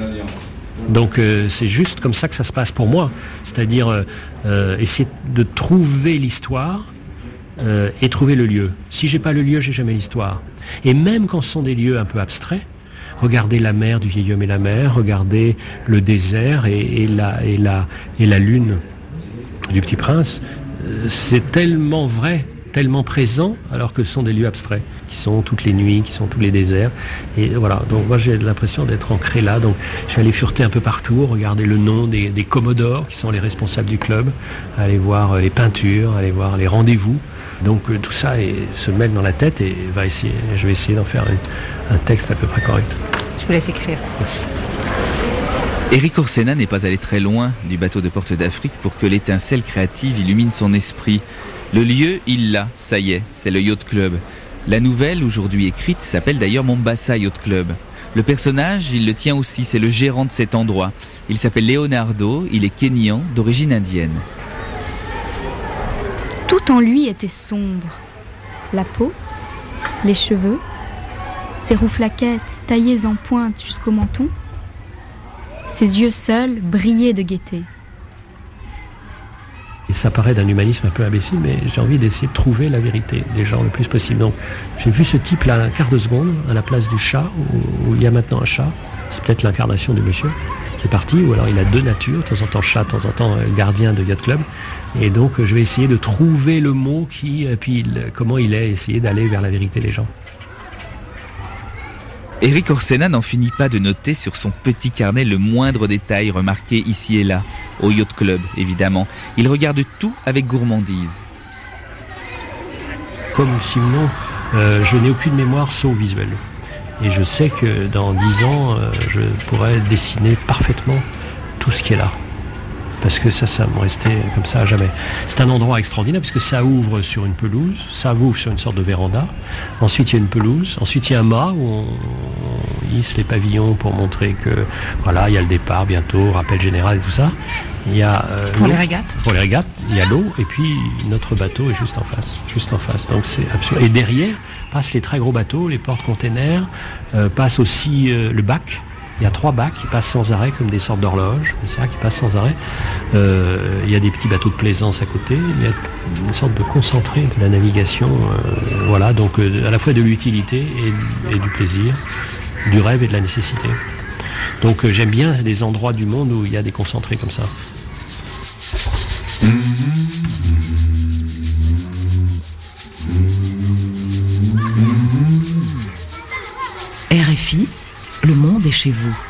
Speaker 9: Donc euh, c'est juste comme ça que ça se passe pour moi, c'est-à-dire euh, euh, essayer de trouver l'histoire euh, et trouver le lieu. Si j'ai pas le lieu, j'ai jamais l'histoire. Et même quand ce sont des lieux un peu abstraits, regardez la mer du vieil homme et la mer, regardez le désert et, et, la, et, la, et la lune du Petit Prince, euh, c'est tellement vrai, tellement présent, alors que ce sont des lieux abstraits, qui sont toutes les nuits, qui sont tous les déserts. Et voilà, donc moi j'ai l'impression d'être ancré là, donc je vais aller fureter un peu partout, regarder le nom des, des commodores, qui sont les responsables du club, aller voir les peintures, aller voir les rendez-vous. Donc euh, tout ça est, se mêle dans la tête et va essayer, je vais essayer d'en faire un, un texte à peu près correct.
Speaker 5: Je vous laisse écrire.
Speaker 9: Merci.
Speaker 2: Éric Orsena n'est pas allé très loin du bateau de Porte d'Afrique pour que l'étincelle créative illumine son esprit. Le lieu, il l'a, ça y est, c'est le Yacht Club. La nouvelle, aujourd'hui écrite, s'appelle d'ailleurs Mombasa Yacht Club. Le personnage, il le tient aussi, c'est le gérant de cet endroit. Il s'appelle Leonardo, il est kényan, d'origine indienne.
Speaker 11: Tout en lui était sombre. La peau, les cheveux, ses rouflaquettes taillées en pointe jusqu'au menton. Ses yeux seuls brillaient de gaieté.
Speaker 9: Ça paraît d'un humanisme un peu imbécile, mais j'ai envie d'essayer de trouver la vérité des gens le plus possible. Donc, j'ai vu ce type-là un quart de seconde à la place du chat, où, où il y a maintenant un chat. C'est peut-être l'incarnation du monsieur qui est parti, ou alors il a deux natures, de temps en temps chat, de temps en temps gardien de yacht club. Et donc, je vais essayer de trouver le mot qui, et puis comment il est, essayer d'aller vers la vérité des gens.
Speaker 2: Éric Orsena n'en finit pas de noter sur son petit carnet le moindre détail remarqué ici et là, au Yacht Club évidemment. Il regarde tout avec gourmandise.
Speaker 9: Comme Simon, euh, je n'ai aucune mémoire sauf visuelle. Et je sais que dans dix ans, euh, je pourrais dessiner parfaitement tout ce qui est là. Parce que ça, ça me restait comme ça à jamais. C'est un endroit extraordinaire parce que ça ouvre sur une pelouse, ça ouvre sur une sorte de véranda. Ensuite, il y a une pelouse. Ensuite, il y a un mât où on, on hisse les pavillons pour montrer que, voilà, il y a le départ bientôt, rappel général et tout ça. Il y a euh,
Speaker 5: pour les régates.
Speaker 9: Pour les régates, il y a l'eau et puis notre bateau est juste en face, juste en face. Donc c'est absolument. Et derrière passent les très gros bateaux, les porte-containers, euh, passe aussi euh, le bac. Il y a trois bacs qui passent sans arrêt comme des sortes d'horloges, c'est ça, qui passent sans arrêt. Euh, il y a des petits bateaux de plaisance à côté. Il y a une sorte de concentré de la navigation. Euh, voilà, donc euh, à la fois de l'utilité et, et du plaisir, du rêve et de la nécessité. Donc euh, j'aime bien des endroits du monde où il y a des concentrés comme ça.
Speaker 1: R F I, le monde est chez vous.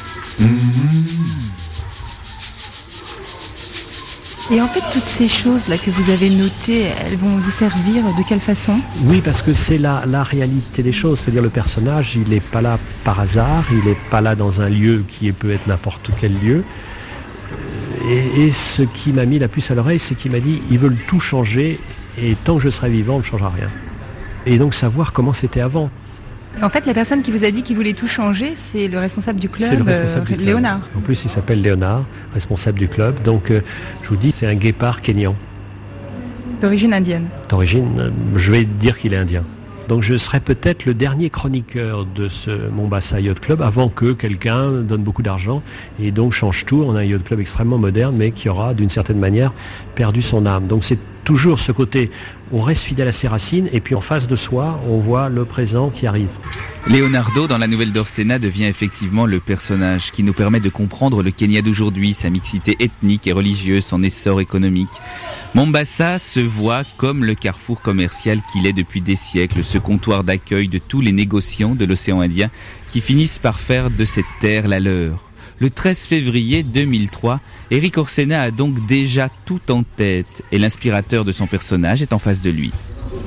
Speaker 5: Et en fait, toutes ces choses-là que vous avez notées, elles vont vous servir de quelle façon ?
Speaker 9: Oui, parce que c'est la, la réalité des choses. C'est-à-dire le personnage, il n'est pas là par hasard, il n'est pas là dans un lieu qui peut être n'importe quel lieu. Et, et ce qui m'a mis la puce à l'oreille, c'est qu'il m'a dit, ils veulent tout changer, et tant que je serai vivant, on ne changera rien. Et donc savoir comment c'était avant.
Speaker 5: En fait, la personne qui vous a dit qu'il voulait tout changer, c'est le responsable du club,
Speaker 9: c'est le responsable
Speaker 5: euh,
Speaker 9: du club.
Speaker 5: Léonard.
Speaker 9: En plus, il s'appelle Léonard, responsable du club. Donc, euh, je vous dis, c'est un guépard kényan.
Speaker 5: D'origine indienne.
Speaker 9: D'origine, euh, je vais dire qu'il est indien. Donc je serai peut-être le dernier chroniqueur de ce Mombasa Yacht Club avant que quelqu'un donne beaucoup d'argent et donc change tout. On a un yacht club extrêmement moderne mais qui aura d'une certaine manière perdu son âme. Donc c'est toujours ce côté, on reste fidèle à ses racines et puis en face de soi, on voit le présent qui arrive.
Speaker 2: Leonardo, dans la nouvelle d'Orsena, devient effectivement le personnage qui nous permet de comprendre le Kenya d'aujourd'hui, sa mixité ethnique et religieuse, son essor économique. Mombasa se voit comme le carrefour commercial qu'il est depuis des siècles, ce comptoir d'accueil de tous les négociants de l'océan Indien qui finissent par faire de cette terre la leur. Le treize février deux mille trois, Erik Orsena a donc déjà tout en tête et l'inspirateur de son personnage est en face de lui.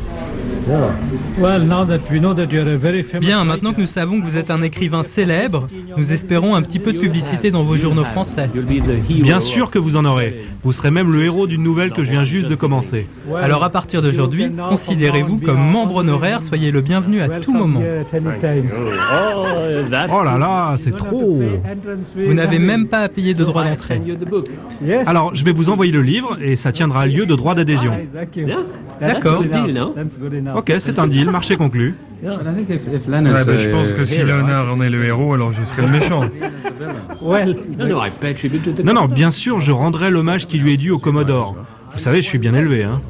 Speaker 12: Bien, maintenant que nous savons que vous êtes un écrivain célèbre, nous espérons un petit peu de publicité dans vos journaux français.
Speaker 13: Bien sûr que vous en aurez. Vous serez même le héros d'une nouvelle que je viens juste de commencer.
Speaker 12: Alors à partir d'aujourd'hui, considérez-vous comme membre honoraire, soyez le bienvenu à tout moment.
Speaker 13: Oh là là, c'est trop.
Speaker 12: Vous n'avez même pas à payer de droit d'entrée.
Speaker 13: Alors, je vais vous envoyer le livre et ça tiendra lieu de droit d'adhésion.
Speaker 12: D'accord.
Speaker 13: Ok, c'est un deal, marché conclu.
Speaker 14: Ouais, bah, je pense que si Léonard en est le héros, alors je serai le méchant.
Speaker 13: Non, non, bien sûr, je rendrai l'hommage qui lui est dû au Commodore. Vous savez, je suis bien élevé, hein.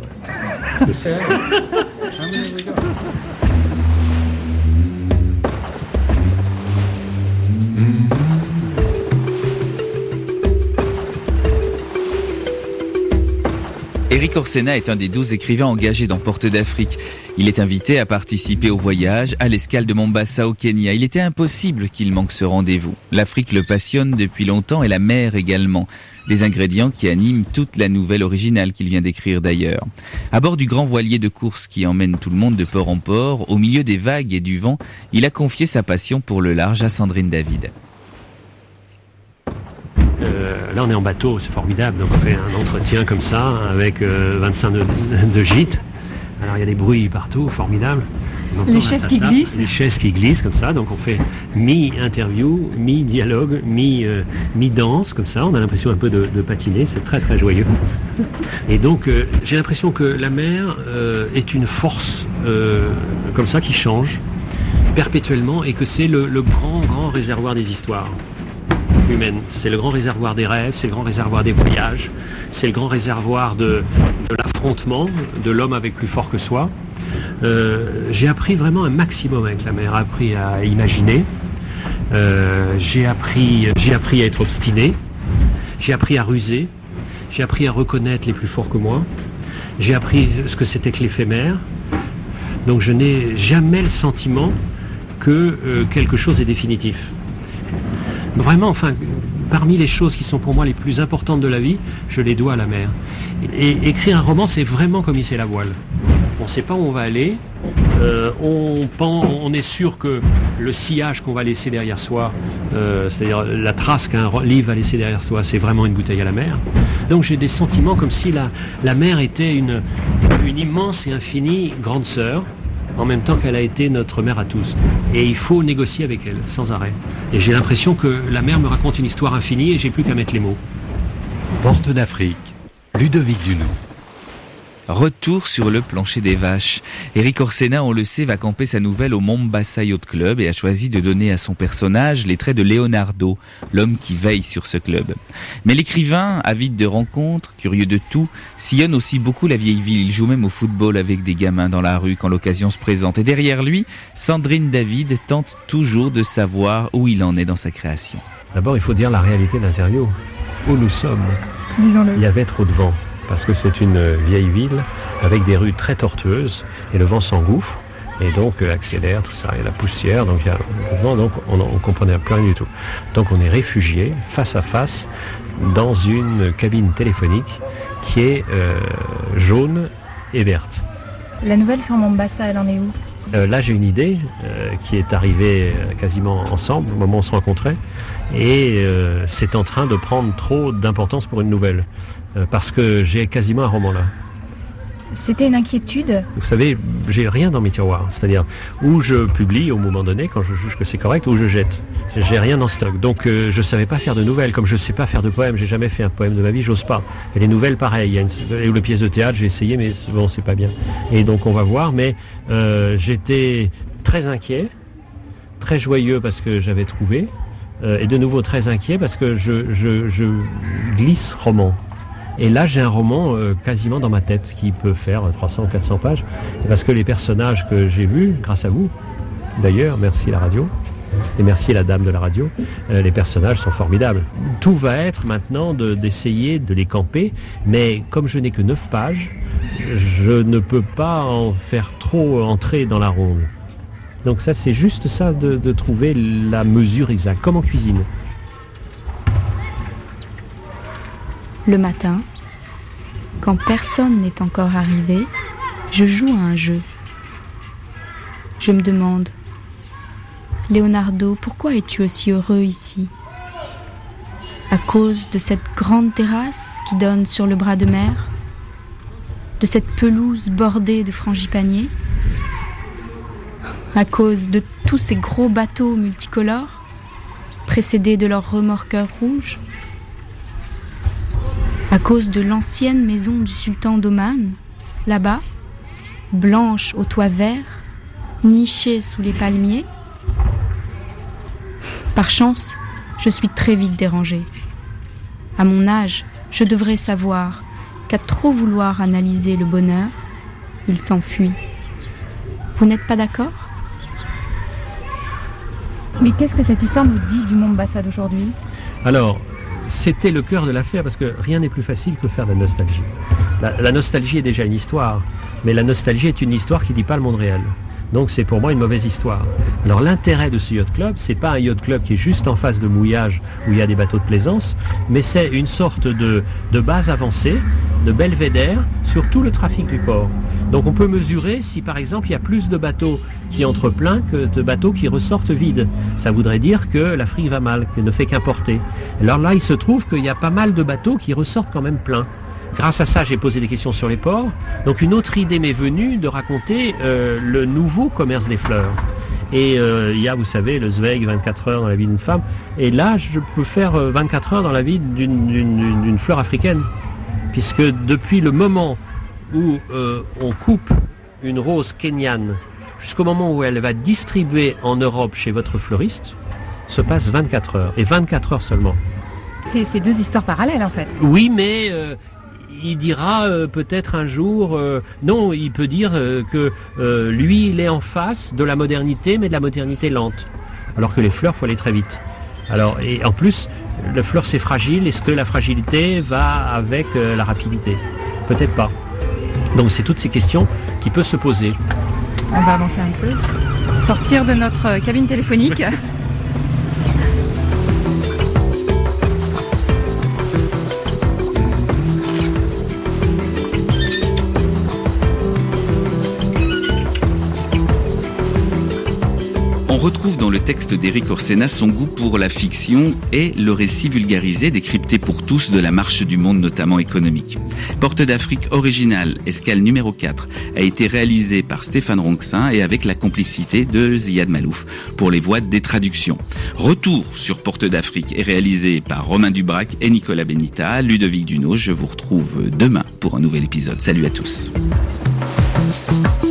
Speaker 2: Erik Orsena est un des douze écrivains engagés dans Portes d'Afrique. Il est invité à participer au voyage à l'escale de Mombasa au Kenya. Il était impossible qu'il manque ce rendez-vous. L'Afrique le passionne depuis longtemps et la mer également. Des ingrédients qui animent toute la nouvelle originale qu'il vient d'écrire d'ailleurs. À bord du grand voilier de course qui emmène tout le monde de port en port, au milieu des vagues et du vent, il a confié sa passion pour le large à Sandrine David.
Speaker 9: Euh, là on est en bateau, c'est formidable, donc on fait un entretien comme ça avec euh, vingt-cinq nœuds de gîte. Alors il y a des bruits partout, formidable.
Speaker 5: Les chaises qui
Speaker 9: tape,
Speaker 5: glissent.
Speaker 9: Les chaises qui glissent comme ça, donc on fait mi-interview, mi-dialogue, mi, euh, mi-danse comme ça, on a l'impression un peu de, de patiner, c'est très très joyeux. Et donc euh, j'ai l'impression que la mer euh, est une force euh, comme ça qui change perpétuellement et que c'est le, le grand grand réservoir des histoires humaine. C'est le grand réservoir des rêves, c'est le grand réservoir des voyages, c'est le grand réservoir de, de l'affrontement de l'homme avec plus fort que soi. Euh, j'ai appris vraiment un maximum avec la mer, appris à imaginer, euh, j'ai appris, j'ai appris à être obstiné, j'ai appris à ruser, j'ai appris à reconnaître les plus forts que moi, j'ai appris ce que c'était que l'éphémère. Donc je n'ai jamais le sentiment que euh, quelque chose est définitif. Vraiment, enfin, parmi les choses qui sont pour moi les plus importantes de la vie, je les dois à la mer. Et écrire un roman, c'est vraiment comme hisser la voile. On ne sait pas où on va aller, euh, on, pense, on est sûr que le sillage qu'on va laisser derrière soi, euh, c'est-à-dire la trace qu'un livre va laisser derrière soi, c'est vraiment une bouteille à la mer. Donc j'ai des sentiments comme si la, la mer était une, une immense et infinie grande sœur, en même temps qu'elle a été notre mère à tous. Et il faut négocier avec elle, sans arrêt. Et j'ai l'impression que la mer me raconte une histoire infinie et j'ai plus qu'à mettre les mots.
Speaker 8: Portes d'Afrique, Ludovic Duno.
Speaker 2: Retour sur le plancher des vaches. Erik Orsena, on le sait, va camper sa nouvelle au Mombasa Yacht Club et a choisi de donner à son personnage les traits de Leonardo, l'homme qui veille sur ce club. Mais l'écrivain, avide de rencontres, curieux de tout, sillonne aussi beaucoup la vieille ville. Il joue même au football avec des gamins dans la rue quand l'occasion se présente. Et derrière lui, Sandrine David tente toujours de savoir où il en est dans sa création.
Speaker 9: D'abord, il faut dire la réalité de l'interview. Où nous sommes,
Speaker 5: disons-le.
Speaker 9: Il y avait trop de vent. Parce que c'est une vieille ville avec des rues très tortueuses et le vent s'engouffre et donc euh, accélère tout ça et la poussière, donc il y a le vent, donc on ne comprenait plus rien du tout. Donc on est réfugié face à face dans une cabine téléphonique qui est euh, jaune et verte.
Speaker 5: La nouvelle sur Mombasa, elle en est où ?
Speaker 9: Euh, là j'ai une idée euh, qui est arrivée euh, quasiment ensemble au moment où on se rencontrait et euh, c'est en train de prendre trop d'importance pour une nouvelle euh, parce que j'ai quasiment un roman là.
Speaker 5: C'était une inquiétude.
Speaker 9: Vous savez, j'ai rien dans mes tiroirs. C'est-à-dire, où je publie au moment donné, quand je juge que c'est correct, ou je jette. J'ai rien en stock. Donc, euh, je savais pas faire de nouvelles. Comme je sais pas faire de poèmes, j'ai jamais fait un poème de ma vie, j'ose pas. Et les nouvelles, pareil. Il y a une, ou les pièces de théâtre, j'ai essayé, mais bon, c'est pas bien. Et donc, on va voir. Mais euh, j'étais très inquiet, très joyeux parce que j'avais trouvé, euh, et de nouveau très inquiet parce que je, je, je glisse roman. Et là, j'ai un roman euh, quasiment dans ma tête qui peut faire trois cents ou quatre cents pages. Parce que les personnages que j'ai vus, grâce à vous, d'ailleurs, merci la radio, et merci la dame de la radio, euh, les personnages sont formidables. Tout va être maintenant de, d'essayer de les camper, mais comme je n'ai que neuf pages, je ne peux pas en faire trop entrer dans la ronde. Donc ça, c'est juste ça de, de trouver la mesure exacte, comme en cuisine.
Speaker 11: Le matin, quand personne n'est encore arrivé, je joue à un jeu. Je me demande, Leonardo, pourquoi es-tu aussi heureux ici? À cause de cette grande terrasse qui donne sur le bras de mer? De cette pelouse bordée de frangipaniers? À cause de tous ces gros bateaux multicolores, précédés de leurs remorqueurs rouges? À cause de l'ancienne maison du sultan d'Oman, là-bas, blanche au toit vert, nichée sous les palmiers? Par chance, je suis très vite dérangée. À mon âge, je devrais savoir qu'à trop vouloir analyser le bonheur, il s'enfuit. Vous n'êtes pas d'accord?
Speaker 5: Mais qu'est-ce que cette histoire nous dit du Mombasa d'aujourd'hui?
Speaker 9: Alors, c'était le cœur de l'affaire, parce que rien n'est plus facile que faire de la nostalgie. La, la nostalgie est déjà une histoire, mais la nostalgie est une histoire qui ne dit pas le monde réel. Donc c'est pour moi une mauvaise histoire. Alors l'intérêt de ce yacht club, c'est pas un yacht club qui est juste en face de mouillage où il y a des bateaux de plaisance, mais c'est une sorte de, de base avancée, de belvédère sur tout le trafic du port. Donc on peut mesurer si par exemple il y a plus de bateaux qui entrent pleins que de bateaux qui ressortent vides. Ça voudrait dire que l'Afrique va mal, qu'elle ne fait qu'importer. Alors là il se trouve qu'il y a pas mal de bateaux qui ressortent quand même pleins. Grâce à ça, j'ai posé des questions sur les ports. Donc une autre idée m'est venue de raconter euh, le nouveau commerce des fleurs. Et euh, il y a, vous savez, le Zweig, vingt-quatre heures dans la vie d'une femme. Et là, je peux faire euh, vingt-quatre heures dans la vie d'une, d'une, d'une fleur africaine. Puisque depuis le moment où euh, on coupe une rose kenyane jusqu'au moment où elle va distribuer en Europe chez votre fleuriste, se passe vingt-quatre heures. Et vingt-quatre heures seulement.
Speaker 5: C'est, c'est deux histoires parallèles, en fait.
Speaker 9: Oui, mais... Euh, il dira euh, peut-être un jour, euh, non, il peut dire euh, que euh, lui, il est en face de la modernité, mais de la modernité lente. Alors que les fleurs, il faut aller très vite. Alors, et en plus, la fleur, c'est fragile. Est-ce que la fragilité va avec euh, la rapidité? Peut-être pas. Donc, c'est toutes ces questions qui peuvent se poser.
Speaker 5: On va avancer un peu, sortir de notre cabine téléphonique.
Speaker 2: On retrouve dans le texte d'Éric Orsena son goût pour la fiction et le récit vulgarisé, décrypté pour tous de la marche du monde, notamment économique. Porte d'Afrique originale, escale numéro quatre, a été réalisé par Stéphane Ronxin et avec la complicité de Ziad Malouf pour les voix des traductions. Retour sur Porte d'Afrique est réalisé par Romain Dubrac et Nicolas Benita. Ludovic Duno, je vous retrouve demain pour un nouvel épisode. Salut à tous.